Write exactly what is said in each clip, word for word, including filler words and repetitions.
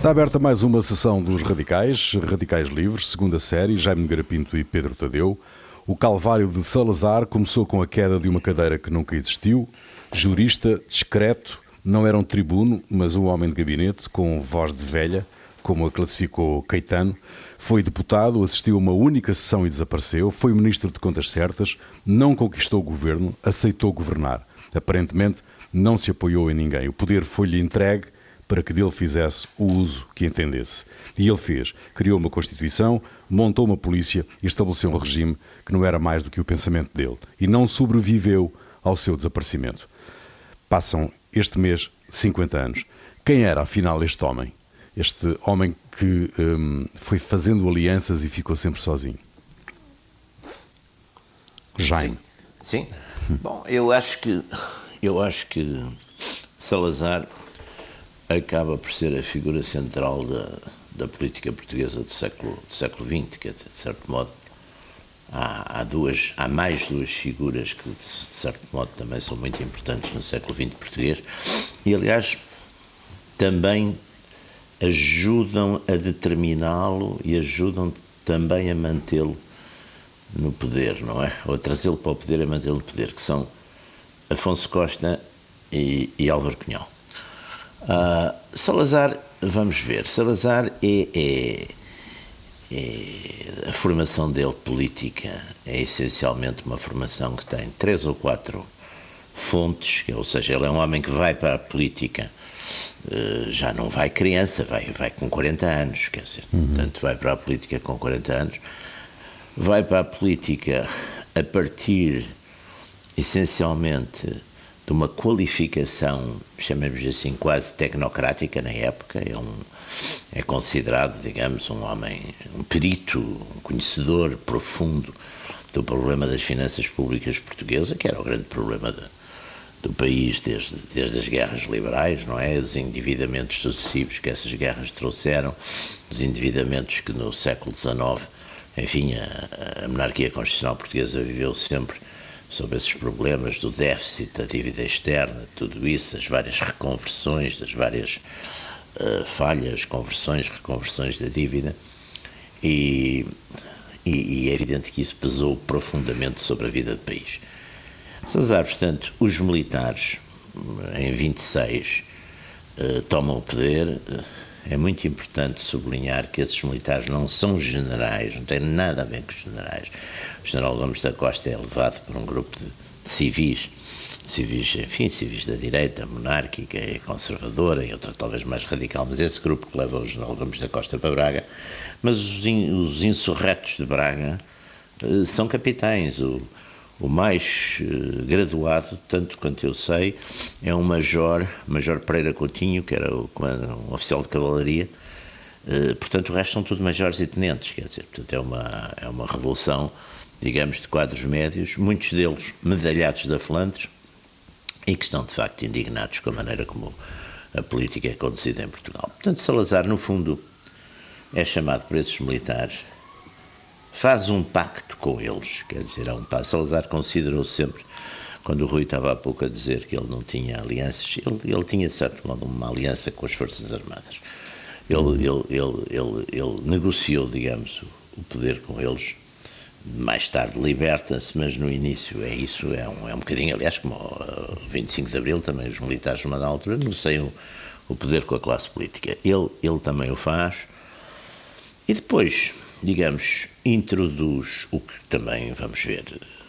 Está aberta mais uma sessão dos Radicais, Radicais Livres, segunda série, Jaime Nogueira Pinto e Pedro Tadeu. O calvário de Salazar começou com a queda de uma cadeira que nunca existiu. Jurista, discreto, não era um tribuno, mas um homem de gabinete com voz de velha, como a classificou Caetano. Foi deputado, assistiu a uma única sessão e desapareceu. Foi ministro de Contas Certas, não conquistou o governo, aceitou governar. Aparentemente, não se apoiou em ninguém. O poder foi-lhe entregue para que dele fizesse o uso que entendesse. E ele fez. Criou uma Constituição, montou uma polícia e estabeleceu um regime que não era mais do que o pensamento dele. E não sobreviveu ao seu desaparecimento. Passam este mês cinquenta anos. Quem era, afinal, este homem? Este homem que hum, foi fazendo alianças e ficou sempre sozinho. Jaime. Sim. Sim. Hum. Bom, eu acho que eu acho que Salazar acaba por ser a figura central da, da política portuguesa do século, do século vinte, quer dizer, de certo modo, há, há, duas, há mais duas figuras que, de certo modo, também são muito importantes no século vinte português e, aliás, também ajudam a determiná-lo e ajudam também a mantê-lo no poder, não é? Ou a trazê-lo para o poder e a mantê-lo no poder, que são Afonso Costa e, e Álvaro Cunhal. Uh, Salazar, vamos ver, Salazar é, é, é, a formação dele política é essencialmente uma formação que tem três ou quatro fontes, ou seja, ele é um homem que vai para a política, uh, já não vai criança, vai, vai com quarenta anos, quer dizer, uhum. Portanto vai para a política com quarenta anos, vai para a política a partir, essencialmente, de uma qualificação, chamemos assim, quase tecnocrática na época. É, um, é considerado, digamos, um homem, um perito, um conhecedor profundo do problema das finanças públicas portuguesas, que era o grande problema de, do país desde, desde as guerras liberais, não é? Os endividamentos sucessivos que essas guerras trouxeram, os endividamentos que no século dezenove, enfim, a, a monarquia constitucional portuguesa viveu sempre sobre esses problemas do déficit, da dívida externa, tudo isso, das várias reconversões, das várias uh, falhas, conversões, reconversões da dívida, e, e, e é evidente que isso pesou profundamente sobre a vida do país. Salazar, portanto, os militares, em vinte e seis, uh, tomam o poder. É muito importante sublinhar que esses militares não são generais, não têm nada a ver com os generais. O general Gomes da Costa é levado por um grupo de, de civis, de civis, enfim, civis da direita, monárquica e conservadora, e outra talvez mais radical, mas esse grupo que leva o general Gomes da Costa para Braga. Mas os, in, os insurretos de Braga uh, são capitães. O, o mais uh, graduado, tanto quanto eu sei, é um major, Major Pereira Coutinho, que era o, um oficial de cavalaria. Uh, portanto, o resto são tudo majores e tenentes, quer dizer, portanto, é uma, é uma revolução, digamos, de quadros médios, muitos deles medalhados da Flandres, e que estão, de facto, indignados com a maneira como a política é conduzida em Portugal. Portanto, Salazar, no fundo, é chamado por esses militares, faz um pacto com eles, quer dizer, é um pacto. Salazar considerou sempre, quando o Rui estava há pouco a dizer que ele não tinha alianças, ele, ele tinha, de certo modo, uma aliança com as Forças Armadas. Ele, ele, ele, ele, ele negociou, digamos, o poder com eles, mais tarde liberta-se, mas no início é isso, é um, é um bocadinho, aliás, como o vinte e cinco de Abril, também os militares, numa dada altura, negociam o poder com a classe política. Ele, ele também o faz, e depois, digamos, introduz o que também vamos ver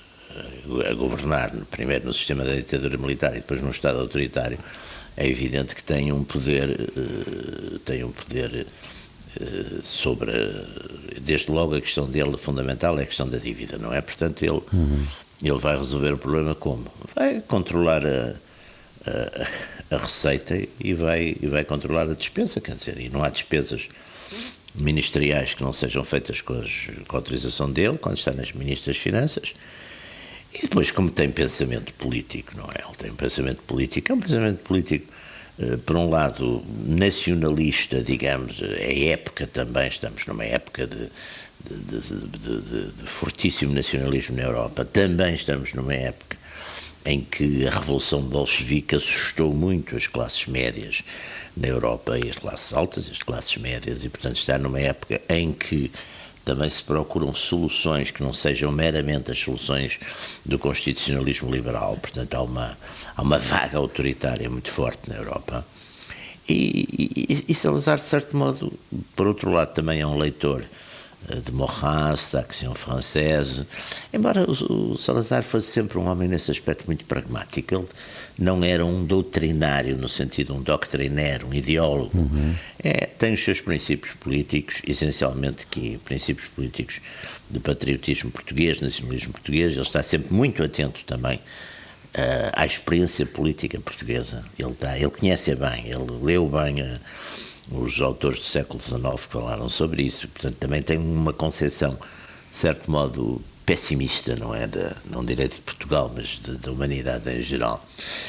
a governar, primeiro no sistema da ditadura militar e depois num Estado autoritário. É evidente que tem um poder, tem um poder sobre, desde logo a questão dele fundamental é a questão da dívida, não é? Portanto, ele, uhum. ele vai resolver o problema como? Vai controlar a, a, a receita e vai, e vai controlar a despesa, quer dizer, e não há despesas ministeriais que não sejam feitas com, as, com a autorização dele, quando está nas Ministras das Finanças. E depois, como tem pensamento político, não é? Ele tem um pensamento político, é um pensamento político, uh, por um lado, nacionalista, digamos, é época também, estamos numa época de, de, de, de, de, de fortíssimo nacionalismo na Europa, também estamos numa época em que a Revolução Bolchevique assustou muito as classes médias na Europa, e as classes altas e as classes médias, e portanto está numa época em que também se procuram soluções que não sejam meramente as soluções do constitucionalismo liberal. Portanto, há uma, há uma vaga autoritária muito forte na Europa. E, e, e Salazar, de certo modo, por outro lado, também é um leitor de Maurras, da Action Française, embora o, o Salazar fosse sempre um homem nesse aspecto muito pragmático. Ele não era um doutrinário, no sentido um doctrinaire, um ideólogo. Uhum. É, tem os seus princípios políticos, essencialmente que princípios políticos de patriotismo português, nacionalismo português. Ele está sempre muito atento também uh, à experiência política portuguesa. Ele, está, ele conhece-a bem, ele leu bem a os autores do século dezenove que falaram sobre isso, portanto também tem uma concepção, de certo modo, pessimista, não é, de, não direi de Portugal, mas da humanidade em geral.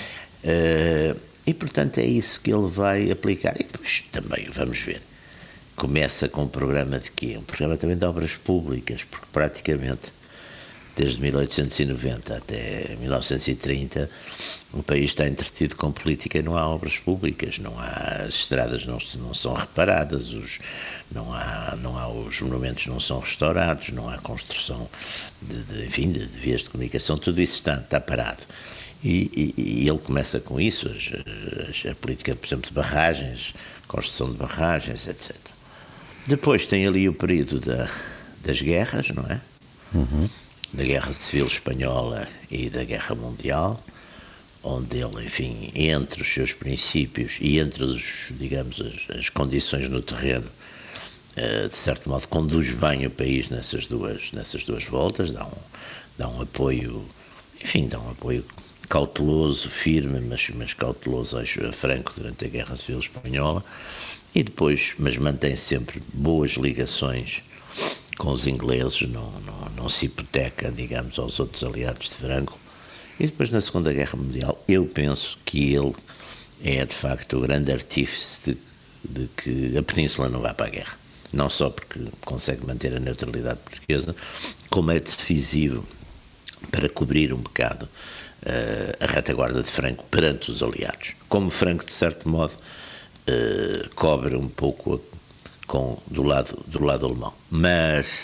Uh, e portanto é isso que ele vai aplicar. E depois também, vamos ver, começa com um programa de quê? Um programa também de obras públicas, porque praticamente desde mil oitocentos e noventa até mil novecentos e trinta, o país está entretido com política e não há obras públicas, não há, as estradas não, não são reparadas, os, não, há, não há, os monumentos não são restaurados, não há construção de, de, enfim, de, de vias de comunicação, tudo isso está, está parado. E, e, e ele começa com isso, as, as, a política, por exemplo, de barragens, construção de barragens, etcétera. Depois tem ali o período da, das guerras, não é? Uhum. Da Guerra Civil Espanhola e da Guerra Mundial, onde ele, enfim, entre os seus princípios e entre, os, digamos, as, as condições no terreno, uh, de certo modo conduz bem o país nessas duas, nessas duas voltas, dá um, dá um apoio, enfim, dá um apoio cauteloso, firme, mas, mas cauteloso a Franco durante a Guerra Civil Espanhola, e depois, mas mantém sempre boas ligações com os ingleses, não, não, não se hipoteca, digamos, aos outros aliados de Franco. E depois, na Segunda Guerra Mundial, eu penso que ele é, de facto, o grande artífice de, de que a Península não vá para a guerra. Não só porque consegue manter a neutralidade portuguesa, como é decisivo para cobrir um bocado uh, a retaguarda de Franco perante os aliados. Como Franco, de certo modo, uh, cobre um pouco a Com, do, lado, do lado alemão. Mas,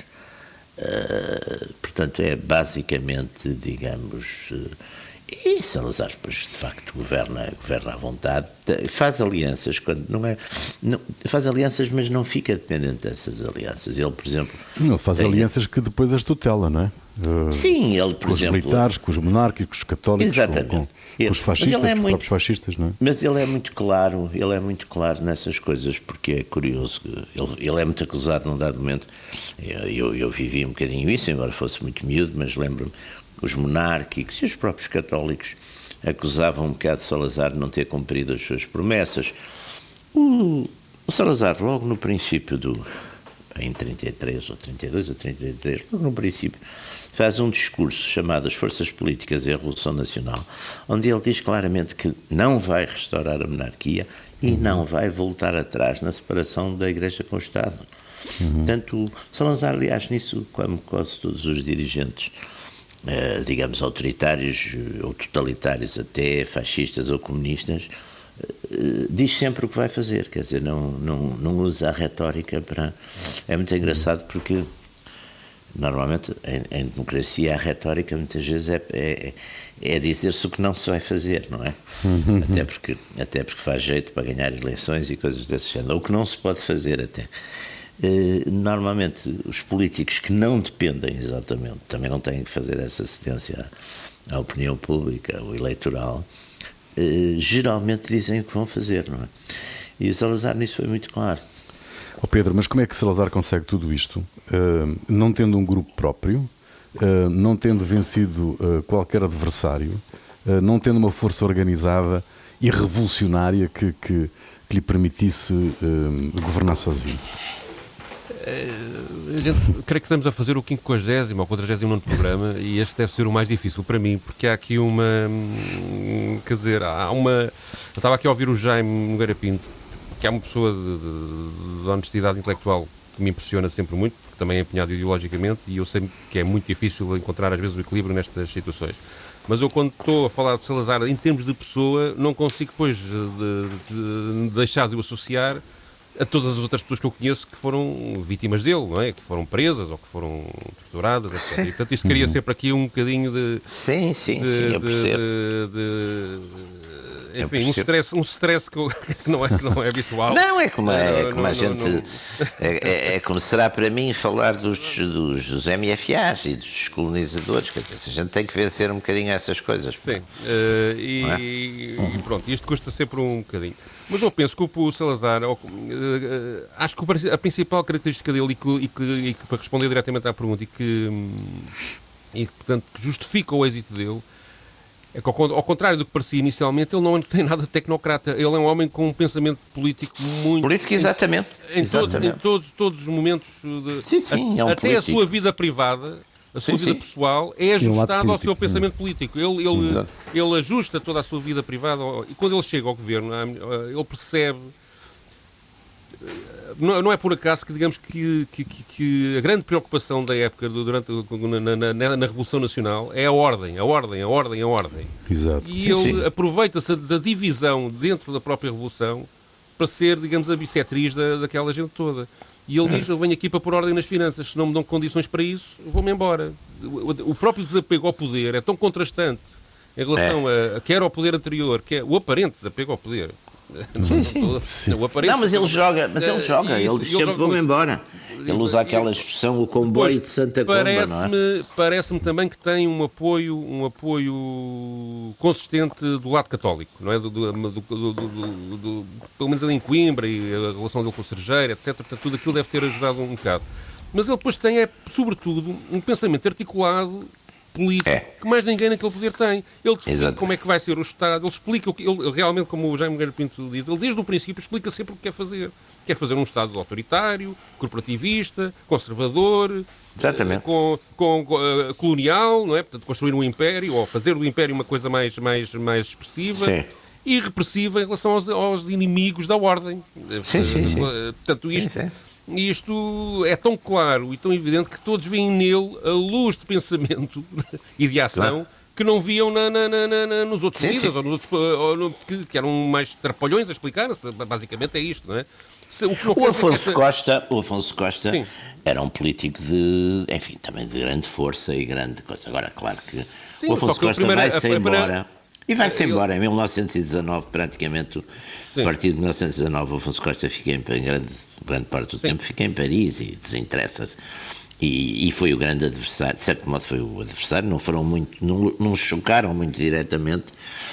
uh, portanto, é basicamente, digamos, uh, e Salazar, depois, de facto, governa, governa à vontade, faz alianças, quando não é, não, faz alianças, mas não fica dependente dessas alianças. Ele, por exemplo... Não, faz tem, alianças que depois as tutela, não é? Uh, Sim, ele, por com exemplo... os militares, com os monárquicos, com os católicos, exatamente. Com, com, ele, com os fascistas, é com os muito, próprios fascistas, não é? Mas ele é muito claro, ele é muito claro nessas coisas, porque é curioso, ele, ele é muito acusado num dado momento, eu, eu, eu vivi um bocadinho isso, embora fosse muito miúdo, mas lembro-me, os monárquicos e os próprios católicos acusavam um bocado Salazar de não ter cumprido as suas promessas. O, o Salazar, logo no princípio do... em trinta e três, ou trinta e dois, ou trinta e três, logo no princípio, faz um discurso chamado As Forças Políticas e a Revolução Nacional, onde ele diz claramente que não vai restaurar a monarquia e uhum. não vai voltar atrás na separação da Igreja com o Estado. Uhum. Portanto, Salazar, aliás, nisso, como quase todos os dirigentes, eh, digamos, autoritários ou totalitários até, fascistas ou comunistas, eh, diz sempre o que vai fazer, quer dizer, não, não, não usa a retórica para... É muito engraçado porque, normalmente, em, em democracia, a retórica muitas vezes é, é, é dizer-se o que não se vai fazer, não é? Uhum. Até porque, até porque faz jeito para ganhar eleições e coisas desse género, o que não se pode fazer até. Normalmente os políticos que não dependem exatamente, também não têm que fazer essa cedência à opinião pública ou eleitoral, geralmente dizem o que vão fazer, não é? E o Salazar nisso foi muito claro. Oh Pedro, mas como é que Salazar consegue tudo isto? Uh, não tendo um grupo próprio, uh, não tendo vencido uh, qualquer adversário, uh, não tendo uma força organizada e revolucionária que, que, que lhe permitisse uh, governar sozinho? A gente, creio que estamos a fazer o quinquagésimo ou quadragésimo nono programa e este deve ser o mais difícil para mim, porque há aqui uma... Quer dizer, há uma... Eu estava aqui a ouvir o Jaime Nogueira Pinto, que é uma pessoa de, de, de honestidade intelectual que me impressiona sempre muito, porque também é empenhado ideologicamente e eu sei que é muito difícil encontrar às vezes o equilíbrio nestas situações. Mas eu, quando estou a falar de Salazar em termos de pessoa, não consigo depois de, de, de deixar de o associar a todas as outras pessoas que eu conheço que foram vítimas dele, não é? Que foram presas ou que foram torturadas, etcétera. E, portanto, isto cria sempre aqui um bocadinho de... Sim, sim, de, sim, eu percebo. De, de, de, enfim, um stress, um stress que, que, não é, que não é habitual. Não, é como, é, não, como não, a gente... Não, não... É, é como será para mim falar dos, dos, dos M F As e dos colonizadores. Quer dizer, a gente tem que vencer um bocadinho essas coisas. Sim, uh, e, é? e pronto, isto custa sempre um bocadinho. Mas eu penso que o Salazar, uh, uh, acho que a principal característica dele, e que, e, que, e que para responder diretamente à pergunta, e que, e que portanto, que justifica o êxito dele, é que, ao, ao contrário do que parecia inicialmente, ele não tem nada de tecnocrata. Ele é um homem com um pensamento político muito... Político, exatamente. Em, em, exatamente. Todos, em todos, todos os momentos. De, sim, sim, a, é um até político. A sua vida privada... A sua sim, vida sim. pessoal é ajustada um ao seu pensamento político. Ele, ele, ele ajusta toda a sua vida privada e quando ele chega ao governo, ele percebe... Não é por acaso que, digamos, que, que, que a grande preocupação da época, durante, na, na, na Revolução Nacional, é a ordem, a ordem, a ordem, a ordem. Exato. E sim, ele sim. aproveita-se da divisão dentro da própria Revolução para ser, digamos, a bissetriz da, daquela gente toda. E ele diz, eu venho aqui para pôr ordem nas finanças, se não me dão condições para isso, vou-me embora. O, o próprio desapego ao poder é tão contrastante em relação é. a, a quer ao poder anterior, quer o aparente desapego ao poder. Sim, sim. Sim. O aparente, Não, mas ele joga, mas ele joga, isso, ele diz sempre vou-me embora. Ele usa aquela expressão, o comboio Pois, de Santa Comba, parece-me, não é? Parece-me também que tem um apoio, um apoio consistente do lado católico, não é? Do, do, do, do, do, do, pelo menos ali em Coimbra e a relação dele com o Sergeiro, etcétera. Portanto, tudo aquilo deve ter ajudado um bocado. Mas ele depois tem, é, sobretudo, um pensamento articulado, político, É. que mais ninguém naquele poder tem. Ele define Exato. como é que vai ser o Estado, ele explica, o que ele, realmente, como o Jaime Nogueira Pinto diz, ele desde o princípio explica sempre o que quer fazer. Quer fazer um Estado autoritário, corporativista, conservador, Exatamente. com, com, com uh, colonial, não é? Portanto, construir um império, ou fazer do império uma coisa mais, mais, mais expressiva. Sim. E repressiva em relação aos, aos inimigos da ordem. Sim, sim, sim. Portanto, isto, Sim, sim. isto é tão claro e tão evidente que todos veem nele a luz de pensamento e de ação Claro. que não viam na, na, na, na, nos outros Sim, líderes, sim. ou nos outros, ou no, que, que eram mais trapalhões a explicar. Basicamente é isto, não é? Se, o, que não O quer dizer que Afonso esta- Costa, o Afonso Costa Sim. era um político de, enfim, também de grande força e grande coisa. Agora, claro que Sim, o Afonso só que a Costa primeira- vai-se a primeira- embora. E vai-se Ele- embora em mil novecentos e dezanove, praticamente, Sim. a partir de mil novecentos e dezanove, o Afonso Costa fica em, em grande, grande parte do Sim. tempo, fica em Paris e desinteressa-se. E, e foi o grande adversário, de certo modo foi o adversário, não foram muito, não, não chocaram muito diretamente,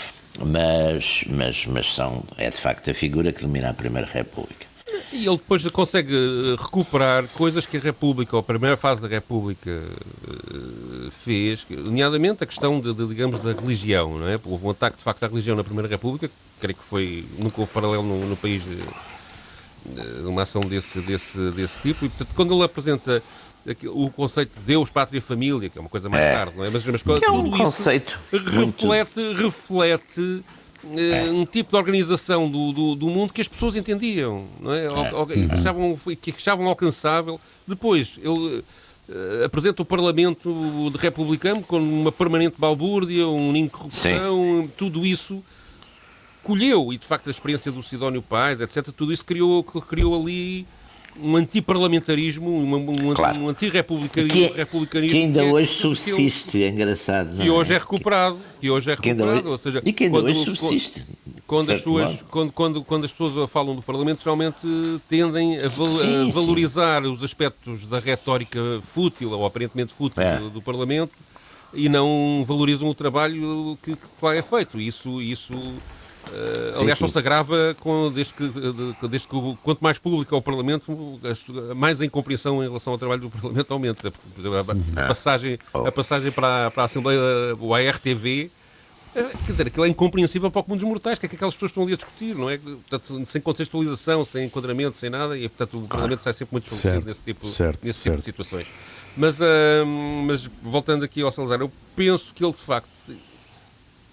mas, mas, mas são, é de facto a figura que domina a Primeira República. E ele depois consegue eh, recuperar coisas que a República, ou a primeira fase da República, eh, fez, nomeadamente a questão, de, de, digamos, da religião, não é? Houve um ataque, de facto, à religião na Primeira República, creio que foi, nunca houve paralelo no, no país de, de uma ação desse, desse, desse tipo, e, portanto, quando ele apresenta aqui o conceito de Deus, Pátria e Família, que é uma coisa mais É. tarde, não é? Mas, mas Que é um tudo isso conceito muito- reflete, reflete eh, um tipo de organização do, do, do mundo que as pessoas entendiam, não é? Al- al- que achavam, que achavam alcançável. Depois, ele eh, apresenta o Parlamento de republicano com uma permanente balbúrdia, um ninho de corrupção, tudo isso colheu, e de facto a experiência do Sidónio Paz, etcétera, tudo isso criou, criou ali um antiparlamentarismo, um, um, Claro. um antirrepublicanismo, Que, é- republicanismo que ainda é- hoje que- subsiste, é engraçado. não que hoje é é? recuperado, que hoje é Que ainda recuperado, hoje- ou seja, e que ainda quando- hoje subsiste. Quando de as, certo suas, modo. quando, quando, quando as pessoas falam do Parlamento, geralmente tendem a, val- Sim, a sim. valorizar os aspectos da retórica fútil, ou aparentemente fútil, É. do, do Parlamento, e não valorizam o trabalho que, que lá é feito. E isso, isso eh, Sim, aliás, sim. só se agrava com, desde, que, de- desde que o- quanto mais público é o Parlamento, as- mais a incompreensão em relação ao trabalho do Parlamento aumenta. A, a passagem, a passagem para, a- para a Assembleia, o A R T V, eh, quer dizer, aquilo é incompreensível para o comum dos mortais, que é que aquelas pessoas estão ali a discutir, não é? Portanto, sem contextualização, sem enquadramento, sem nada, e portanto o Parlamento sai sempre muito Certo, favorecido nesse tipo, certo, nesse tipo de certo. situações. Mas, ah, mas voltando aqui ao Salazar, eu penso que ele de facto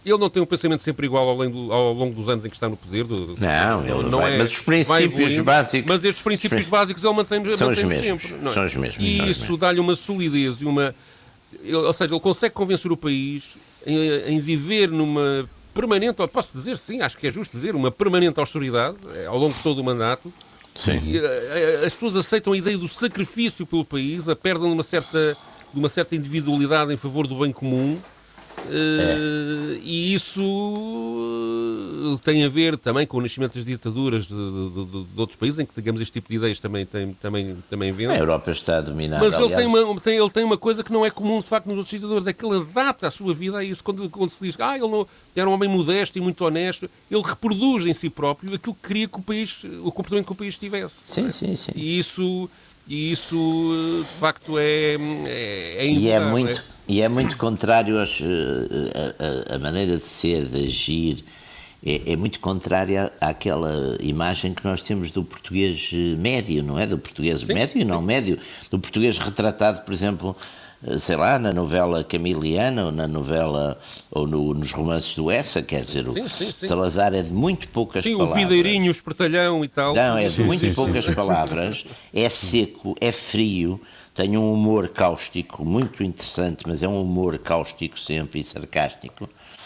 Ele não tem um pensamento sempre igual ao longo, do, ao longo dos anos em que está no poder. Do, do, não, ele não vai, é, mas os princípios básicos... Mas estes princípios básicos ele mantém, são mantém os mesmos, sempre. Não é? São os mesmos. E isso dá-lhe uma solidez e uma... Ele, ou seja, ele consegue convencer o país em, em viver numa permanente, posso dizer, sim, acho que é justo dizer, uma permanente austeridade ao longo de todo o mandato. Sim. E, as pessoas aceitam a ideia do sacrifício pelo país, a perda de uma certa, de uma certa individualidade em favor do bem comum. Uh, e isso uh, tem a ver também com o nascimento das ditaduras de, de, de, de outros países em que, digamos, este tipo de ideias também, tem, também, também vence. A Europa está dominada. Mas ele, aliás... tem uma, tem, ele tem uma coisa que não é comum, de facto, nos outros ditadores, é que ele adapta a sua vida a isso. Quando, quando se diz que ah, ele não, era um homem modesto e muito honesto, ele reproduz em si próprio aquilo que queria que o país, o comportamento que o país tivesse. Sim, sim, sim. E isso... E isso, de facto, é, é, é e é muito é? E é muito contrário aos, a, a, a maneira de ser, de agir, é, é muito contrária àquela imagem que nós temos do português médio, não é? Do português sim, médio e não sim. médio, do português retratado, por exemplo, sei lá, na novela camiliana ou na novela ou no, nos romances do Essa, quer dizer, o sim, sim, sim. Salazar é de muito poucas sim, palavras. Sim, o videirinho, o espertalhão e tal. Não, é de sim, muito sim, poucas sim. palavras, é seco, é frio, tem um humor cáustico muito interessante, mas é um humor cáustico sempre e sarcástico.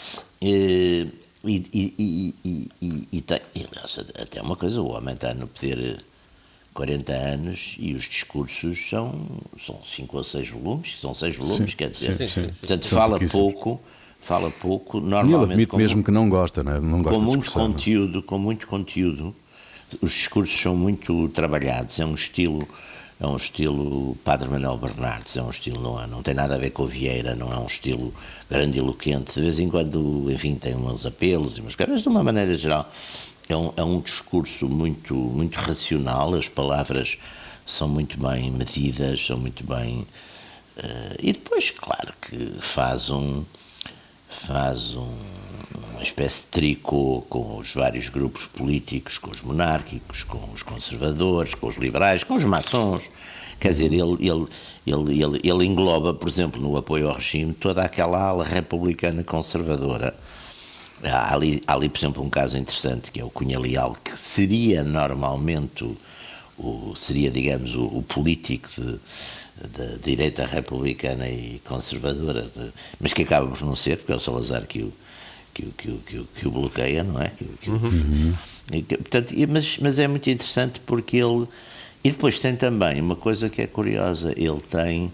E, e, e, e, e, e tem, e, até uma coisa, o homem está no poder quarenta anos e os discursos são, são cinco ou seis volumes, são seis volumes, sim, quer dizer, sim, sim, portanto sim, fala pouco, fala pouco, normalmente... E ele admite com, mesmo que não gosta, não é? Não gosta com de muito conteúdo, com muito conteúdo, os discursos são muito trabalhados, é um estilo, é um estilo Padre Manuel Bernardes, é um estilo, não, é, não tem nada a ver com o Vieira, não é um estilo grandiloquente, de vez em quando, enfim, tem uns apelos e umas coisas, mas de uma maneira geral... É um, é um discurso muito, muito racional, as palavras são muito bem medidas, são muito bem... Uh, e depois, claro, que faz, um, faz um, uma espécie de tricô com os vários grupos políticos, com os monárquicos, com os conservadores, com os liberais, com os maçons. Quer dizer, ele, ele, ele, ele, ele engloba, por exemplo, no apoio ao regime, toda aquela ala republicana conservadora. Há ali, há ali, por exemplo, um caso interessante, que é o Cunha Leal, que seria normalmente, o, o, seria, digamos, o, o político da direita republicana e conservadora, de, mas que acaba por não ser, porque é o Salazar que o, que o, que o, que o, que o bloqueia, não é? Que, que, uhum. e, que, portanto, mas, mas é muito interessante porque ele... E depois tem também uma coisa que é curiosa, ele tem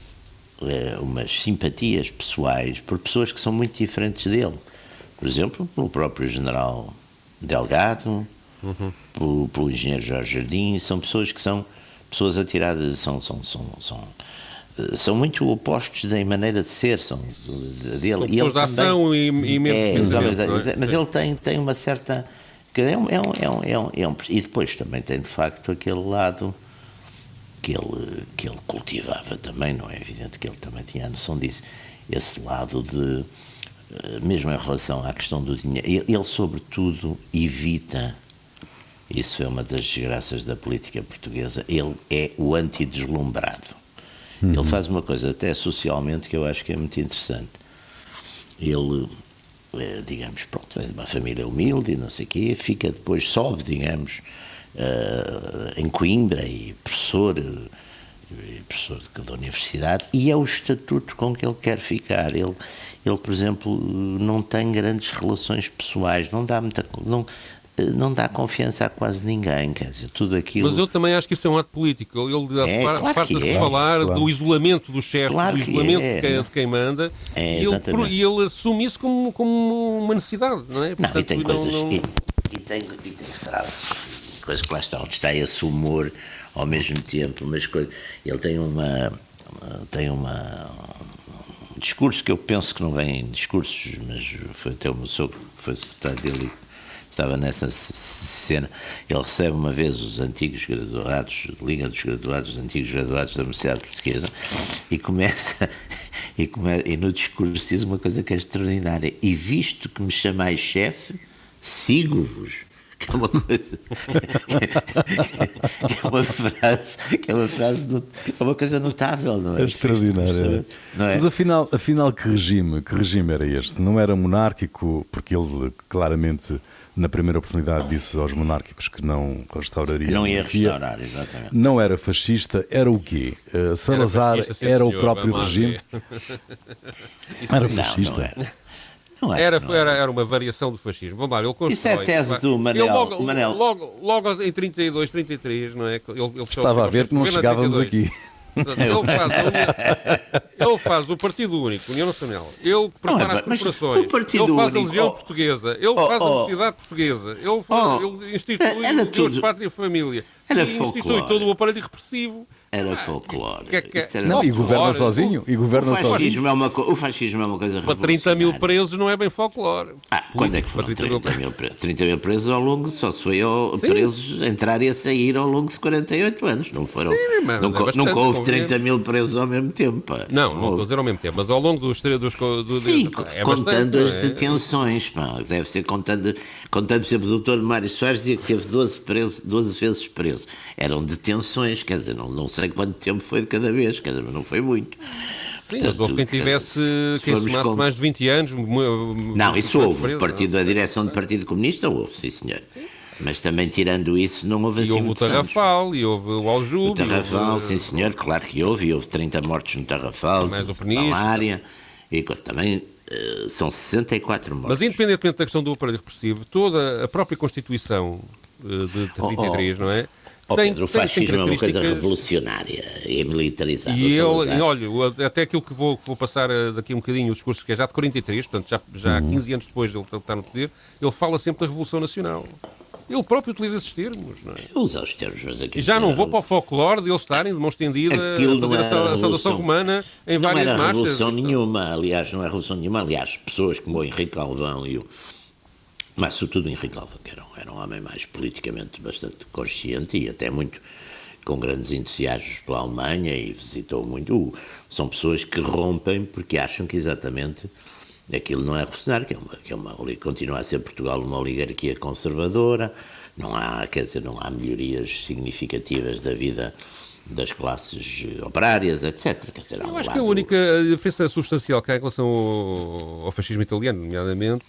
é, umas simpatias pessoais por pessoas que são muito diferentes dele. Por exemplo, pelo próprio general Delgado, uhum. pelo, pelo engenheiro Jorge Jardim, são pessoas que são pessoas atiradas, são, são, são, são, são muito opostos da maneira de ser, são dele. São pessoas de ação e, e menos é, de pensamento, mas, não é? mas ele tem, tem uma certa... É um, é, um, é, um, é, um, é um... E depois também tem, de facto, aquele lado que ele, que ele cultivava também, não é evidente que ele também tinha a noção disso, esse lado de... mesmo em relação à questão do dinheiro, ele, ele sobretudo evita, isso é uma das desgraças da política portuguesa, ele é o anti-deslumbrado. Uhum. Ele faz uma coisa até socialmente que eu acho que é muito interessante. Ele, digamos, pronto, vem de uma família humilde e não sei o quê, fica depois, sobe, digamos, uh, em Coimbra e professor... professor da universidade, e é o estatuto com que ele quer ficar. Ele, ele, por exemplo, não tem grandes relações pessoais, não dá muita, não, não dá confiança a quase ninguém, quer dizer, tudo aquilo... Mas eu também acho que isso é um ato político. Ele é, claro farta-se é, de falar claro. do isolamento do chefe, claro do isolamento é, de, quem, de quem manda, é, e, ele, e ele assume isso como, como uma necessidade, não é? Portanto, não, e tem coisas... Não, não... E, e tem, e tem frases, coisas que lá estão, está esse humor ao mesmo tempo, mas coisa, ele tem uma tem uma um discurso que eu penso que não vem em discursos, mas foi até o meu sogro que foi secretário dele, estava nessa cena. Ele recebe uma vez os antigos graduados, Liga dos Graduados, os antigos graduados da Universidade Portuguesa, e começa e, come, e no discurso diz uma coisa que é extraordinária: e visto que me chamais chefe, sigo-vos. que é uma coisa, que é uma frase, que é uma frase, é uma coisa notável, não é? É extraordinário. Não é? Mas afinal, afinal que regime, que regime era este? Não era monárquico, porque ele claramente na primeira oportunidade disse aos monárquicos que não restauraria. Que não ia restaurar, exatamente. Não era fascista, era o quê? Uh, Salazar era, fascista, era senhor, o próprio regime? Era fascista? Não, não era. Não é, era, não era, era uma variação do fascismo. Vamos lá, ele constrói, isso é a tese do Manel. Logo, Manel. Logo, logo em trinta e dois, trinta e três, não é? Ele, ele Estava a ver que não chegávamos aqui. Ele faz, ele faz o Partido Único, União Nacional, ele prepara não, as corporações, ele faz a Legião oh, Portuguesa, ele oh, faz a Universidade oh, Portuguesa, ele, faz, oh, ele institui o Deus, Pátria e Família, era e institui todo o aparelho repressivo. Era folclore. Que, que, era não, e governa sozinho. E governa o, fascismo sozinho. É uma, o fascismo é uma coisa revolucionária. Para trinta mil presos não é bem folclore. Ah, quando é que foram trinta mil presos? trinta mil presos ao longo, só se foi ao, presos entrar e a sair ao longo de quarenta e oito anos. Não foram. Sim, mas nunca, é bastante, nunca houve trinta mil presos ao mesmo tempo. Pá. Não, não estou a dizer ao mesmo tempo, mas ao longo dos... dos, dos Sim, dos, é contando bastante, as é? detenções. Pá. Deve ser contando... Contando, por exemplo, o doutor Mário Soares dizia que teve doze, preso, doze vezes preso. Eram detenções, quer dizer, não, não sei quanto tempo foi de cada vez, quer dizer, mas não foi muito. Sim, Portanto, mas houve quem tivesse, quem somasse com... mais de vinte anos. Não, isso houve. Preso, partido, não? A direção do Partido Comunista houve, sim senhor. Sim. Mas também tirando isso, não houve assim. E houve o Tarrafal, e houve o Aljube. O Tarrafal, houve... sim senhor, claro que houve, e houve trinta mortos no Tarrafal, mais o Peniche, malária, e também. Uh, são sessenta e quatro mortos. Mas independentemente da questão do aparelho repressivo, toda a própria Constituição uh, de trinta e três, oh, oh. não é? Oh, tem, Pedro, o fascismo tem é uma coisa revolucionária e militarizada. E ele, olha, até aquilo que vou, que vou passar daqui um bocadinho, o discurso que é já de quarenta e três, portanto já, já uhum. quinze anos depois de ele estar no poder, ele fala sempre da Revolução Nacional. Ele próprio utiliza esses termos, não é? Eu uso os termos, mas aqui... E já não vou para o folclore de eles estarem de mão estendida a fazer a saudação romana em não várias marchas. Não era revolução nenhuma, aliás, não é revolução nenhuma. Aliás, pessoas como o Henrique Galvão e o... Mas, sobretudo, o Henrique Galvão, que era um, era um homem mais politicamente bastante consciente e até muito com grandes entusiasmos pela Alemanha e visitou muito. São pessoas que rompem porque acham que exatamente aquilo não é revolucionário, que é uma, que é uma, continua a ser Portugal uma oligarquia conservadora, não há, quer dizer, não há melhorias significativas da vida das classes operárias, etcétera. Quer dizer, há um Eu acho lado... que a única diferença substancial que há em relação ao, ao fascismo italiano, nomeadamente,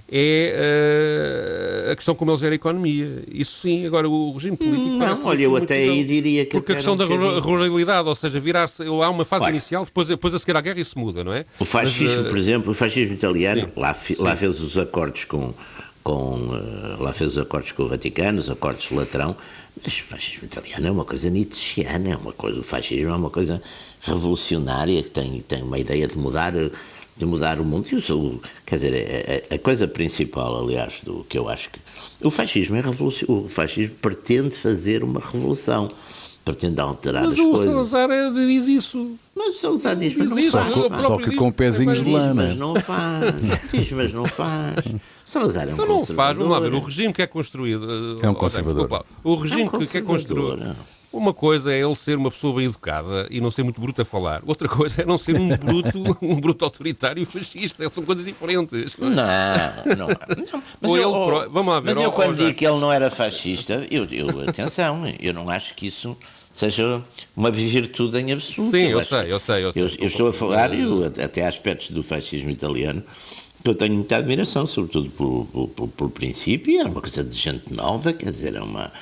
é uh, a questão como ele gera a economia. Isso sim, agora o regime político... Não, olha, eu até aí diria que... Porque a questão um da bocadinho... ruralidade, ou seja, virar-se... Há uma fase olha, inicial, depois, depois a seguir à guerra isso muda, não é? O fascismo, Mas, uh... por exemplo, o fascismo italiano, sim, lá, lá fez os acordos com... com uh, lá fez os acordos com o Vaticano, os acordos de Latrão, mas o fascismo italiano é uma coisa nietzscheana, é uma coisa, o fascismo é uma coisa revolucionária, que tem, tem uma ideia de mudar... de mudar o mundo. Eu sou, quer dizer, a, a coisa principal, aliás, do que eu acho que... O fascismo é revolução, o fascismo pretende fazer uma revolução, pretende alterar mas as coisas. Mas o Salazar diz isso. Mas o Salazar diz, mas não isso, faz. Só, só que com pezinhos de lana. Diz, mas não faz. Diz, mas não faz. O Salazar é um então conservador. Não faz, vamos lá ver, o regime que é construído... É um conservador. Desculpa, o regime é um que é construído... Uma coisa é ele ser uma pessoa bem educada e não ser muito bruto a falar. Outra coisa é não ser um bruto, um bruto autoritário e fascista. São coisas diferentes. Não, é? não, não, não. Mas Ou eu, ele, vamos lá ver. Mas eu oh, quando oh, digo que ele não era fascista, eu, eu, atenção, eu não acho que isso seja uma virtude em absoluto. Sim, eu, eu sei, eu sei, eu sei. Eu, eu estou a falar, eu, até aspectos do fascismo italiano, que eu tenho muita admiração, sobretudo pelo, pelo, pelo princípio, era uma coisa de gente nova, quer dizer, é uma...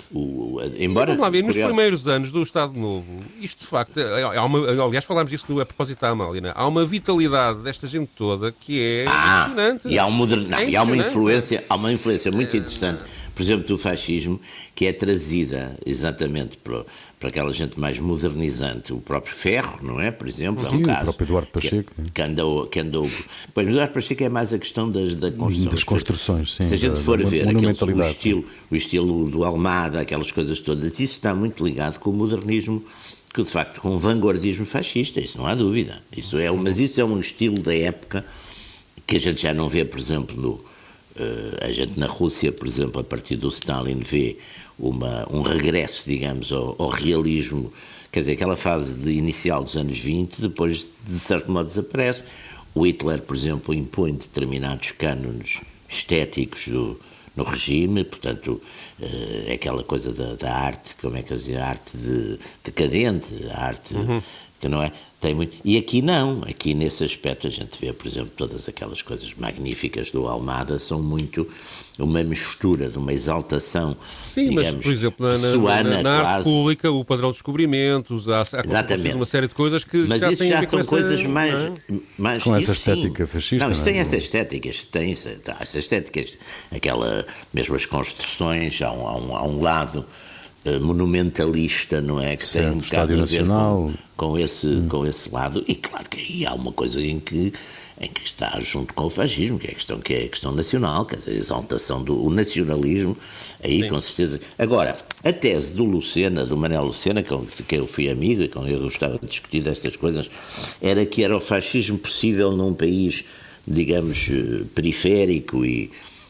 O, embora, vamos lá ver, nos curioso... primeiros anos do Estado Novo, isto de facto, há uma, aliás falámos disso a propósito da Amália, né? Há uma vitalidade desta gente toda que é ah, impressionante. E há, um modern... Não, é e há uma influência, há uma influência muito interessante, por exemplo, do fascismo, que é trazida exatamente para, para aquela gente mais modernizante, o próprio Ferro, não é? Por exemplo, sim, é um caso. O próprio Eduardo Pacheco. Que, que, andou, que andou. Pois, mas o Eduardo Pacheco é mais a questão das, da construção, das construções. Sim, se a gente da, for da ver aqueles, o, estilo, o estilo do Almada, aquelas coisas todas, isso está muito ligado com o modernismo, que de facto com o vanguardismo fascista, isso não há dúvida. Isso é, mas isso é um estilo da época que a gente já não vê, por exemplo, no. Uh, a gente na Rússia, por exemplo, a partir do Stalin vê uma, um regresso, digamos, ao, ao realismo, quer dizer, aquela fase de inicial dos anos vinte, depois de certo modo desaparece. O Hitler, por exemplo, impõe determinados cânones estéticos do, no regime, portanto, é aquela coisa da, da arte, como é que eu dizer, a arte de, decadente, a arte uhum. que não é... Tem muito... E aqui não, aqui nesse aspecto a gente vê, por exemplo, todas aquelas coisas magníficas do Almada são muito uma mistura de uma exaltação, sim, digamos, mas, por exemplo, na, pessoana, na, na arte quase. pública, o padrão de descobrimentos, há, há uma série de coisas que mas já isso já são essa, coisas mais, é? mais... Com isso, essa estética sim. fascista. Não, isso não tem é? essas estéticas, tem essas estéticas, aquela, mesmo as construções, há um, há um, há um lado... monumentalista, não é? Que certo, tem um bocado a ver Nacional. com, com, esse, hum. com esse lado, e claro que aí há uma coisa em que, em que está junto com o fascismo, que é a questão, que é a questão nacional, quer dizer, a exaltação do o nacionalismo, aí sim. Com certeza. Agora, a tese do Lucena, do Manuel Lucena, que eu, que eu fui amigo e com eu gostava de discutir destas coisas, era que era o fascismo possível num país, digamos, periférico e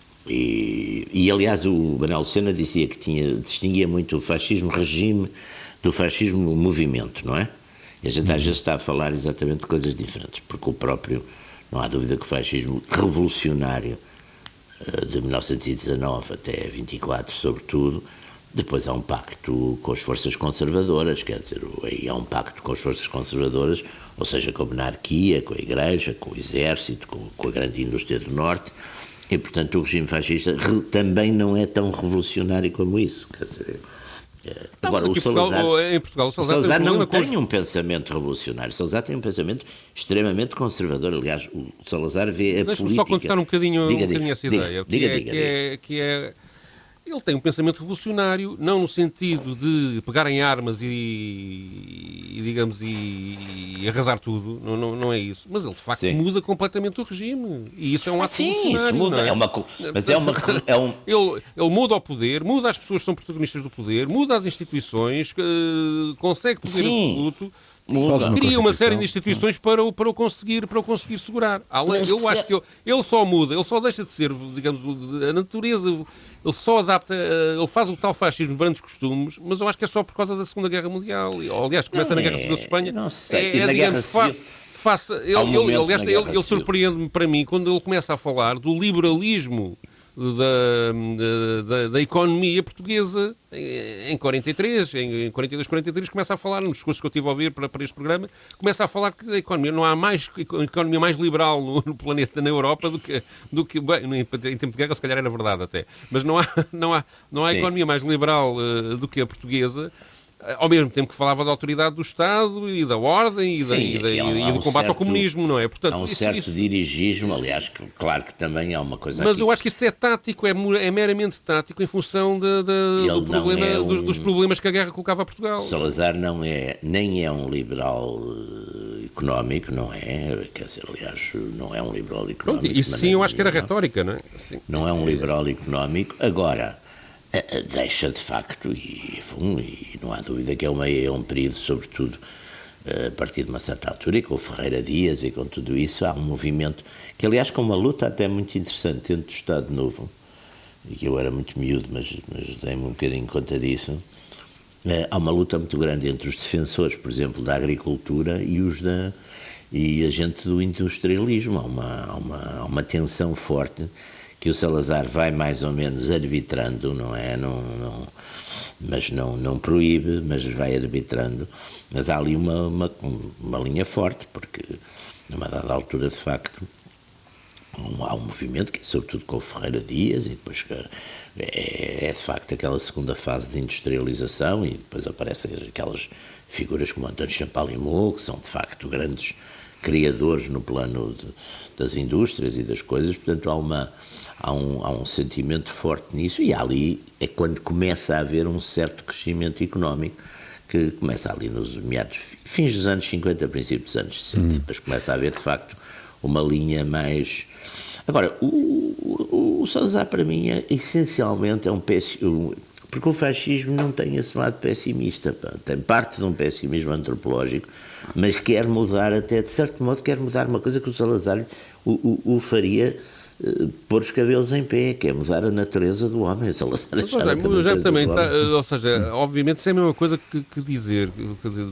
E, e, aliás, o Manuel Lucena dizia que tinha, distinguia muito o fascismo-regime do fascismo-movimento, não é? E a gente às vezes está a falar exatamente de coisas diferentes, porque o próprio, não há dúvida que o fascismo revolucionário de mil novecentos e dezanove até vinte e quatro, sobretudo, depois há um pacto com as forças conservadoras, quer dizer, aí há um pacto com as forças conservadoras, ou seja, com a monarquia, com a igreja, com o exército, com, com a grande indústria do norte. E, portanto, o regime fascista também não é tão revolucionário como isso. Quer dizer, é... não, agora, o Salazar, Salazar, em Portugal, o Salazar, o Salazar tem um não tem com... um pensamento revolucionário. O Salazar tem um pensamento extremamente conservador. Aliás, o Salazar vê a Deixa-me política... só contar um bocadinho, diga, um bocadinho diga, essa diga, ideia. Diga, que, diga, é, diga, que, é, que é... Ele tem um pensamento revolucionário, não no sentido de pegar em armas e, e digamos, e, e arrasar tudo, não, não, não é isso. Mas ele, de facto, sim. muda completamente o regime. E isso é um ato sim, revolucionário. Isso muda, não é? é uma, mas é uma... É um... ele, ele muda o poder, muda as pessoas que são protagonistas do poder, muda as instituições, uh, consegue poder sim. absoluto... Muda. Cria uma série de instituições para o, para o, conseguir, para o conseguir segurar. Além, eu acho que ele, ele só muda, ele só deixa de ser, digamos, a natureza, ele só adapta, ele faz o tal fascismo de grandes costumes, mas eu acho que é só por causa da Segunda Guerra Mundial. Aliás, começa não na é, Guerra Civil de Espanha. Não sei. É, e é, na digamos, Guerra Civil... faça, ele, um ele, aliás, ele, ele surpreende-me para mim quando ele começa a falar do liberalismo Da, da, da economia portuguesa em quarenta e três, em quarenta e dois, quarenta e três, começa a falar, nos discursos que eu estive a ouvir para, para este programa, começa a falar que a economia, não há mais economia mais liberal no, no planeta, na Europa, do que, do que bem, em, em tempo de guerra, se calhar era verdade até, mas não há, não há, não há economia mais liberal uh, do que a portuguesa, ao mesmo tempo que falava da autoridade do Estado e da ordem e, Sim, da, e, da, é um, e do um combate certo, ao comunismo, não é? Portanto, há um isso, certo isso... dirigismo, aliás, que, claro que também há uma coisa Mas aqui. eu acho que isso é tático, é, é meramente tático em função de, de, do problema, é um... dos, dos problemas que a guerra colocava a Portugal. Salazar não é, nem é um liberal uh, económico, não é? Quer dizer, aliás, não é um liberal económico. Pronto, isso sim, eu acho que era retórica, não é? Sim, não é um liberal económico. Agora... deixa de facto, e, e não há dúvida que é, uma, é um período, sobretudo a partir de uma certa altura, e com o Ferreira Dias e com tudo isso, há um movimento que, aliás, com uma luta até muito interessante dentro do Estado Novo, e que eu era muito miúdo, mas, mas dei-me um bocadinho conta disso. Há uma luta muito grande entre os defensores, por exemplo, da agricultura e os da e a gente do industrialismo. Há uma, há uma, há uma tensão forte que o Salazar vai mais ou menos arbitrando, não é? Não, não, mas não, não proíbe, mas vai arbitrando. Mas há ali uma, uma, uma linha forte, porque numa dada altura, de facto, há um movimento que é sobretudo com o Ferreira Dias, e depois é, é de facto aquela segunda fase de industrialização, e depois aparecem aquelas figuras como António Champalimau, que são de facto grandes criadores no plano de, das indústrias e das coisas. Portanto há, uma, há, um, há um sentimento forte nisso, e ali é quando começa a haver um certo crescimento económico, que começa ali nos meados, fins dos anos cinquenta, princípios dos anos sessenta, hum. depois começa a haver de facto uma linha mais... Agora, o, o, o Salazar para mim é, essencialmente é um péssimo... Porque o fascismo não tem esse lado pessimista, pá. Tem parte de um pessimismo antropológico, mas quer mudar até, de certo modo, quer mudar uma coisa que o Salazar o, o, o faria uh, pôr os cabelos em pé, que é mudar a natureza do homem. O Salazar mas, já, já também, tá, ou seja, obviamente isso é a mesma coisa que, que dizer, quer dizer,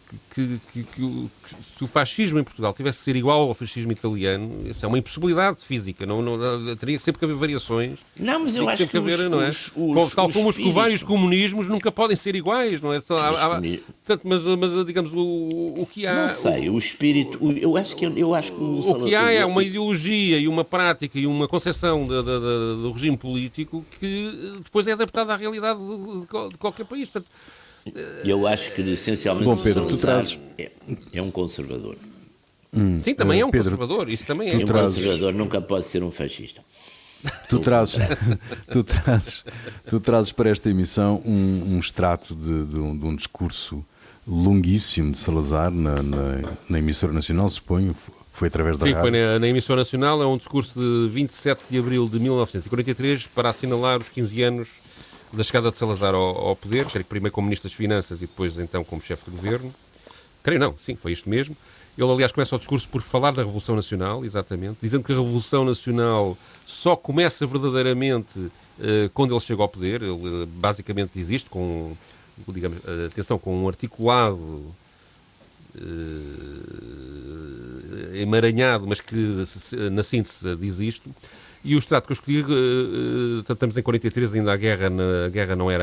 que, que, que, o, que se o fascismo em Portugal tivesse de ser igual ao fascismo italiano, isso é uma impossibilidade física. Não, não, teria sempre que haver variações. Não, mas eu acho que, que haver, os, não é? Os, os, Tal como os, os vários comunismos nunca podem ser iguais, não é? Só, há, há, portanto, mas, mas, digamos, o, o que há... Não sei, o, o espírito... O, eu acho que... Eu acho que o, o que há é uma ideologia e uma prática e uma concepção de, de, de, do regime político que depois é adaptada à realidade de, de, de qualquer país. Portanto, eu acho que, essencialmente, Bom, Pedro, tu trazes... é, é um conservador. Hum, Sim, também é um Pedro, conservador. Isso também é. Um trazes... conservador nunca pode ser um fascista. Tu trazes, tu, trazes, tu trazes para esta emissão um, um extrato de, de, um, de um discurso longuíssimo de Salazar na, na, na emissora nacional, suponho. Foi através da Sim, rádio. foi na, na emissora nacional. É um discurso de vinte e sete de abril de mil novecentos e quarenta e três para assinalar os quinze anos da chegada de Salazar ao, ao poder, creio que primeiro como Ministro das Finanças e depois então como Chefe de Governo. Creio não, sim, foi isto mesmo. Ele, aliás, começa o discurso por falar da Revolução Nacional, exatamente, dizendo que a Revolução Nacional só começa verdadeiramente uh, quando ele chega ao poder. Ele uh, basicamente diz isto com, digamos, uh, atenção, com um articulado uh, emaranhado, mas que na síntese diz isto. E o extrato que eu escolhi, uh, estamos em quarenta e três, ainda a guerra, na, a guerra não era,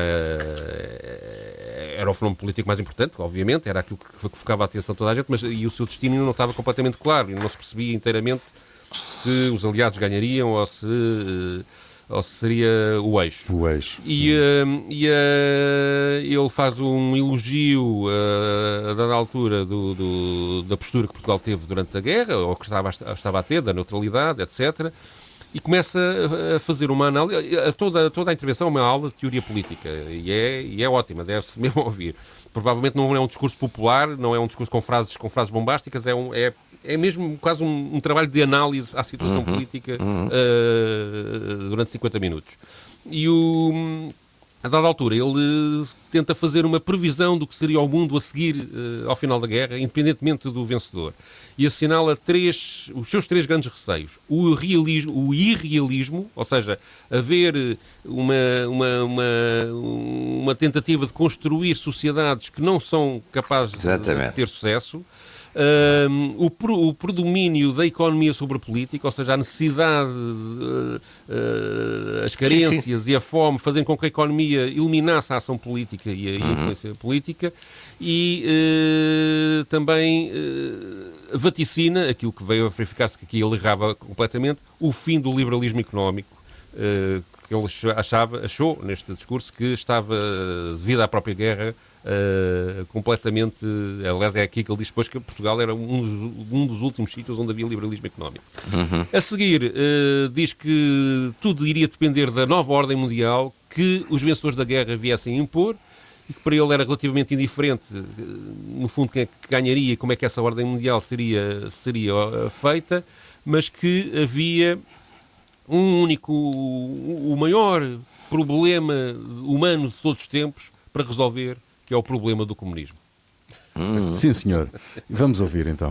era o fenómeno político mais importante, obviamente, era aquilo que, que focava a atenção de toda a gente, mas e o seu destino não estava completamente claro, e não se percebia inteiramente se os aliados ganhariam ou se, uh, ou se seria o eixo. O eixo. E, uh, e uh, ele faz um elogio uh, a dada altura do, do, da postura que Portugal teve durante a guerra, ou que estava, estava a ter, da neutralidade, etcétera, e começa a fazer uma análise. Toda, toda a intervenção é uma aula de teoria política e é, e é ótima, deve-se mesmo ouvir. Provavelmente não é um discurso popular, não é um discurso com frases, com frases bombásticas, é, um, é, é mesmo quase um, um trabalho de análise à situação uhum, política uhum. Uh, durante cinquenta minutos. E o... A dada altura, ele tenta fazer uma previsão do que seria o mundo a seguir uh, ao final da guerra, independentemente do vencedor. E assinala três, os seus três grandes receios. O, realismo, o irrealismo, ou seja, haver uma, uma, uma, uma tentativa de construir sociedades que não são capazes de, de ter sucesso. Um, o, pro, o predomínio da economia sobre a política, ou seja, a necessidade, uh, uh, as carências sim, sim. e a fome fazendo com que a economia eliminasse a ação política e a uhum. influência política, e uh, também uh, vaticina, aquilo que veio a verificar-se que aqui ele errava completamente, o fim do liberalismo económico, uh, que ele achava, achou neste discurso que estava, devido à própria guerra, Uh, completamente, aliás é aqui que ele diz depois que Portugal era um dos, um dos últimos sítios onde havia liberalismo económico. Uhum. A seguir uh, diz que tudo iria depender da nova ordem mundial que os vencedores da guerra viessem impor, e que para ele era relativamente indiferente, uh, no fundo, quem é que ganharia e como é que essa ordem mundial seria, seria uh, feita, mas que havia um único, o maior problema humano de todos os tempos para resolver, que é o problema do comunismo. Hum. Sim, senhor. Vamos ouvir, então.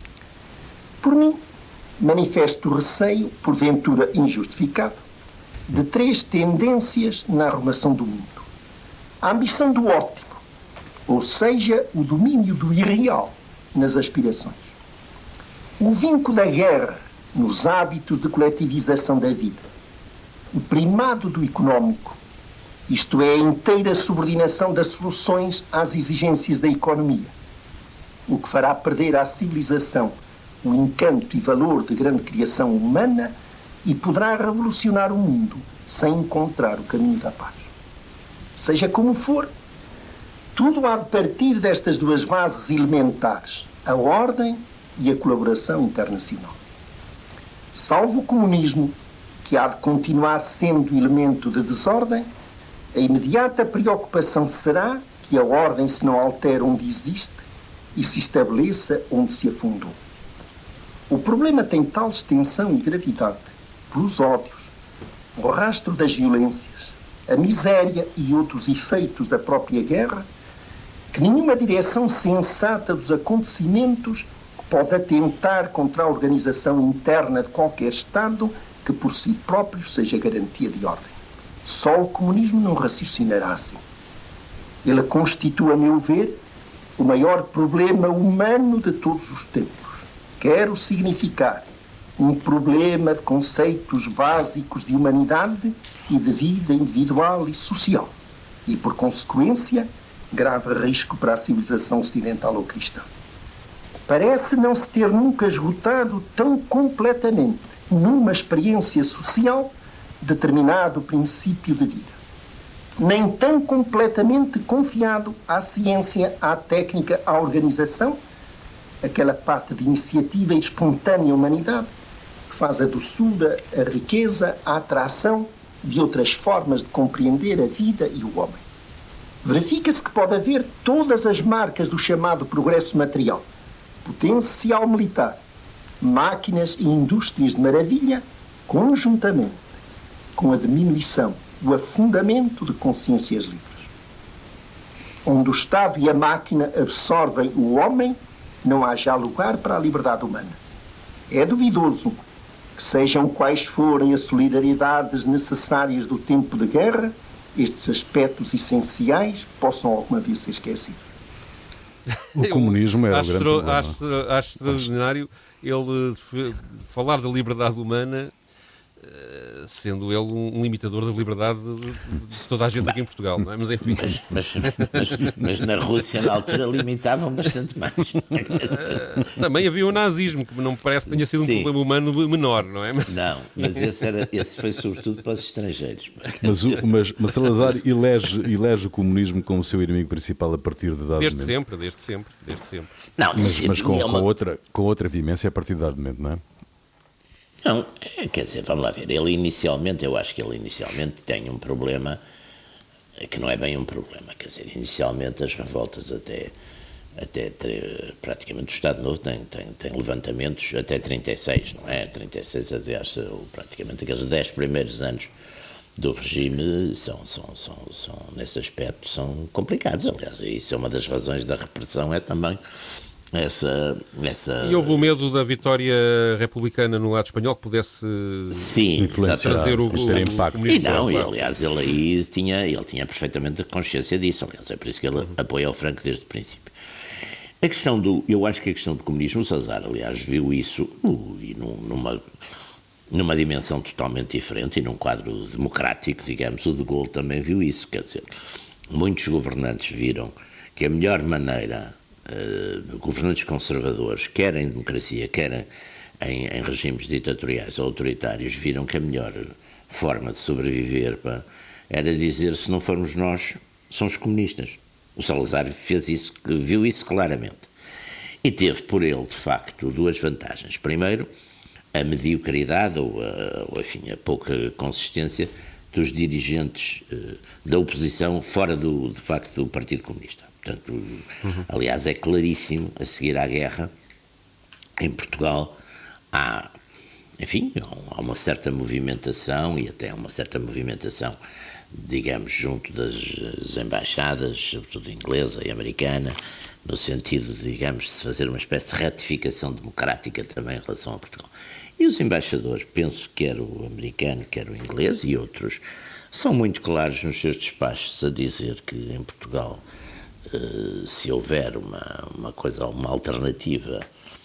Por mim, manifesto o receio, porventura injustificado, de três tendências na arrumação do mundo. A ambição do ótimo, ou seja, o domínio do irreal nas aspirações. O vinco da guerra nos hábitos de coletivização da vida. O primado do económico, isto é, a inteira subordinação das soluções às exigências da economia, o que fará perder à civilização o encanto e valor de grande criação humana e poderá revolucionar o mundo sem encontrar o caminho da paz. Seja como for, tudo há de partir destas duas bases elementares, a ordem e a colaboração internacional. Salvo o comunismo, que há de continuar sendo elemento de desordem, a imediata preocupação será que a ordem se não altere onde existe e se estabeleça onde se afundou. O problema tem tal extensão e gravidade, pelos ódios, o rastro das violências, a miséria e outros efeitos da própria guerra, que nenhuma direção sensata dos acontecimentos pode atentar contra a organização interna de qualquer Estado que por si próprio seja garantia de ordem. Só o comunismo não raciocinará assim. Ele constitui, a meu ver, o maior problema humano de todos os tempos. Quero significar um problema de conceitos básicos de humanidade e de vida individual e social, e, por consequência, grave risco para a civilização ocidental ou cristã. Parece não se ter nunca esgotado tão completamente numa experiência social determinado princípio de vida, nem tão completamente confiado à ciência, à técnica, à organização, aquela parte de iniciativa e espontânea humanidade que faz a doçura, a riqueza, a atração de outras formas de compreender a vida e o homem. Verifica-se que pode haver todas as marcas do chamado progresso material, potencial militar, máquinas e indústrias de maravilha, conjuntamente com a diminuição, o afundamento de consciências livres. Onde o Estado e a máquina absorvem o homem, não há já lugar para a liberdade humana. É duvidoso que, sejam quais forem as solidariedades necessárias do tempo de guerra, estes aspectos essenciais possam alguma vez ser esquecidos. O comunismo era acho, o grande problema. Acho, acho extraordinário ele falar da liberdade humana, sendo ele um limitador da liberdade de toda a gente aqui em Portugal, não é? Mas enfim. Mas, mas, mas, mas na Rússia, na altura, limitavam bastante mais. Também havia o nazismo, que não me parece que tenha sido Sim. um problema humano menor, não é? Mas... Não, mas esse, era, esse foi sobretudo para os estrangeiros. Mas, o, mas, mas Salazar elege, elege o comunismo como seu inimigo principal a partir da idade Desde de sempre, desde sempre, desde sempre. Não, Mas, mas com, é uma... com, outra, com outra vivência a partir da idade de mente, não é? Não, quer dizer, vamos lá ver, ele inicialmente, eu acho que ele inicialmente tem um problema que não é bem um problema, quer dizer, inicialmente as revoltas até, até praticamente o Estado Novo tem, tem, tem levantamentos até trinta e seis, não é? trinta e seis, aliás, praticamente aqueles dez primeiros anos do regime são, são, são, são, nesse aspecto, são complicados, aliás, isso é uma das razões da repressão, é também Essa, essa... E houve o medo da vitória republicana no lado espanhol que pudesse Sim, influenciar, trazer o, o, ter impacto. o E não, e, aliás, ele aí tinha, ele tinha perfeitamente consciência disso, aliás, é por isso que ele apoia o Franco desde o princípio. A questão do, eu acho que a questão do comunismo, o Salazar, aliás, viu isso uh, e num, numa, numa dimensão totalmente diferente e num quadro democrático, digamos, o de Gaulle também viu isso, quer dizer, muitos governantes viram que a melhor maneira... Uh, governantes conservadores, quer em democracia, quer em, em regimes ditatoriais ou autoritários, viram que a melhor forma de sobreviver pá, era dizer, se não formos nós, são os comunistas. O Salazar fez isso, viu isso claramente. E teve por ele, de facto, duas vantagens. Primeiro, a mediocridade ou a, ou, enfim, a pouca consistência dos dirigentes uh, da oposição fora do, de facto, do Partido Comunista. Portanto, uhum. aliás, é claríssimo, a seguir à guerra, em Portugal, há, enfim, há uma certa movimentação, e até uma certa movimentação, digamos, junto das embaixadas, sobretudo inglesa e americana, no sentido, digamos, de se fazer uma espécie de retificação democrática também em relação a Portugal. E os embaixadores, penso que quer o americano, quer o inglês e outros, são muito claros nos seus despachos a dizer que em Portugal, Uh, se houver uma, uma coisa, uma alternativa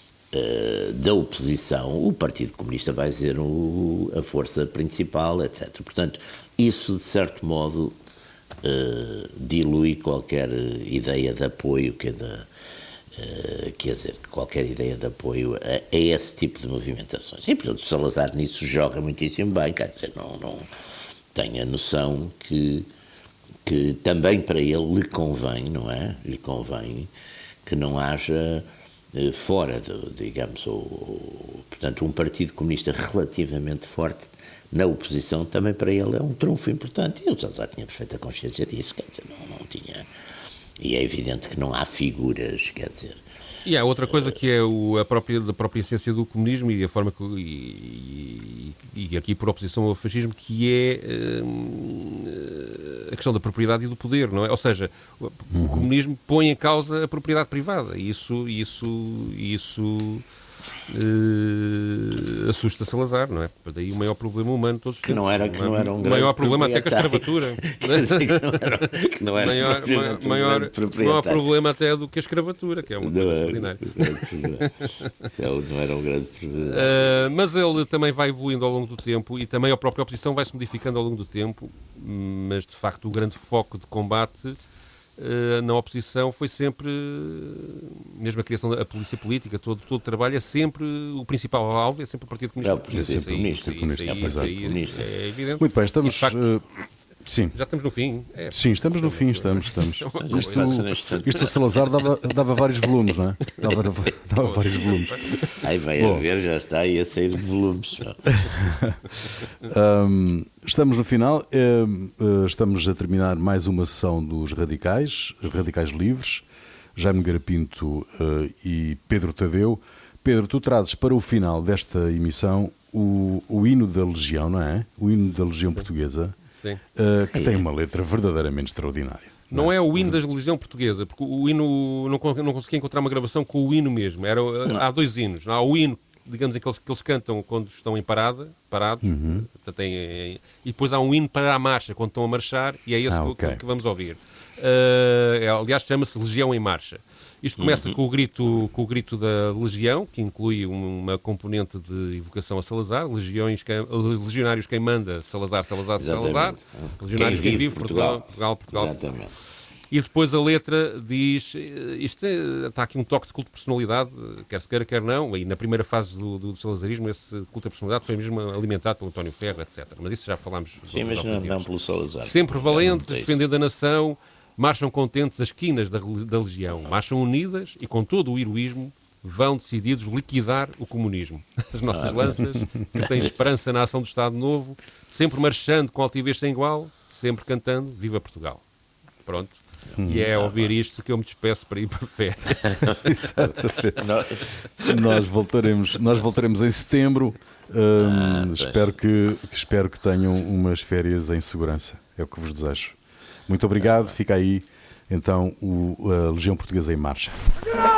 uh, da oposição, o Partido Comunista vai ser o, a força principal, etcétera. Portanto, isso, de certo modo, uh, dilui qualquer ideia de apoio, que é de, uh, quer dizer, qualquer ideia de apoio a, a esse tipo de movimentações. E, portanto, o Salazar nisso joga muitíssimo bem, quer dizer, não, não tem a noção que que também para ele lhe convém, não é? Lhe convém que não haja eh, fora, de, digamos, o, o, portanto, um Partido Comunista relativamente forte na oposição, também para ele é um trunfo importante. E o Salazar tinha perfeita consciência disso, quer dizer, não, não tinha... E é evidente que não há figuras, quer dizer... E há outra coisa que é o, a própria, da própria essência do comunismo e a forma que, e, e, e aqui por oposição ao fascismo, que é hum, a questão da propriedade e do poder, não é? Ou seja, o, uhum. o comunismo põe em causa a propriedade privada e isso, isso, isso uh, assusta Salazar, não é? Daí o maior problema humano de todos os que não era, que não era um o maior problema até com a escravatura. Que não era maior, um maior, maior problema até do que a escravatura, que é uma coisa extraordinária. Não era um grande problema. Uh, mas ele também vai evoluindo ao longo do tempo e também a própria oposição vai se modificando ao longo do tempo, mas de facto o grande foco de combate uh, na oposição foi sempre, mesmo a criação da polícia política, todo, todo o trabalho é sempre, o principal alvo é sempre o Partido Comunista. É, isso, comunista, isso, comunista, isso, isso, isso, comunista. É evidente. Muito bem, estamos... E, de facto, uh, sim. Já estamos no fim. É, Sim, estamos no fim, estamos. estamos. Isto, Isto, isto o Salazar dava, dava vários volumes, não é? Dava, dava vários volumes. Aí vai Bom. a ver, já está aí a sair de volumes. um, estamos no final, uh, estamos a terminar mais uma sessão dos Radicais, Radicais Livres, Jaime Nogueira Pinto uh, e Pedro Tadeu. Pedro, tu trazes para o final desta emissão o, o hino da Legião, não é? O hino da Legião Sim. Portuguesa. Uh, que tem uma letra verdadeiramente extraordinária. Não, não é o hino da Legião Portuguesa, porque o hino, não, não consegui encontrar uma gravação com o hino mesmo. Era, há dois hinos. Há o hino, digamos, que eles, que eles cantam quando estão em parada, parados, uhum. tem, e depois há um hino para a marcha, quando estão a marchar, e é esse ah, okay. que, que vamos ouvir. Uh, é, aliás, chama-se Legião em Marcha. Isto começa uhum. com, o grito, com o grito da Legião, que inclui uma componente de evocação a Salazar, legiões, legionários quem manda, Salazar, Salazar, Exatamente. Salazar, legionários quem, quem vive, Portugal, Portugal, Portugal. Portugal. E depois a letra diz, isto é, está aqui um toque de culto de personalidade, quer se queira, quer não, e na primeira fase do, do salazarismo esse culto de personalidade foi mesmo alimentado pelo António Ferro, etcétera. Mas isso já falámos. Sim, mas não, não pelo Salazar. Sempre valente, defendendo a nação, marcham contentes as quinas da, da Legião, marcham unidas e com todo o heroísmo vão decididos liquidar o comunismo. As nossas ah, lanças, que têm esperança na ação do Estado Novo, sempre marchando com altivez sem igual, sempre cantando Viva Portugal. Pronto. Hum, e é a ouvir isto que eu me despeço para ir para férias. nós, voltaremos, nós voltaremos em setembro. Hum, ah, espero, que, espero que tenham umas férias em segurança. É o que vos desejo. Muito obrigado. Fica aí, então, o, a Legião Portuguesa em Marcha.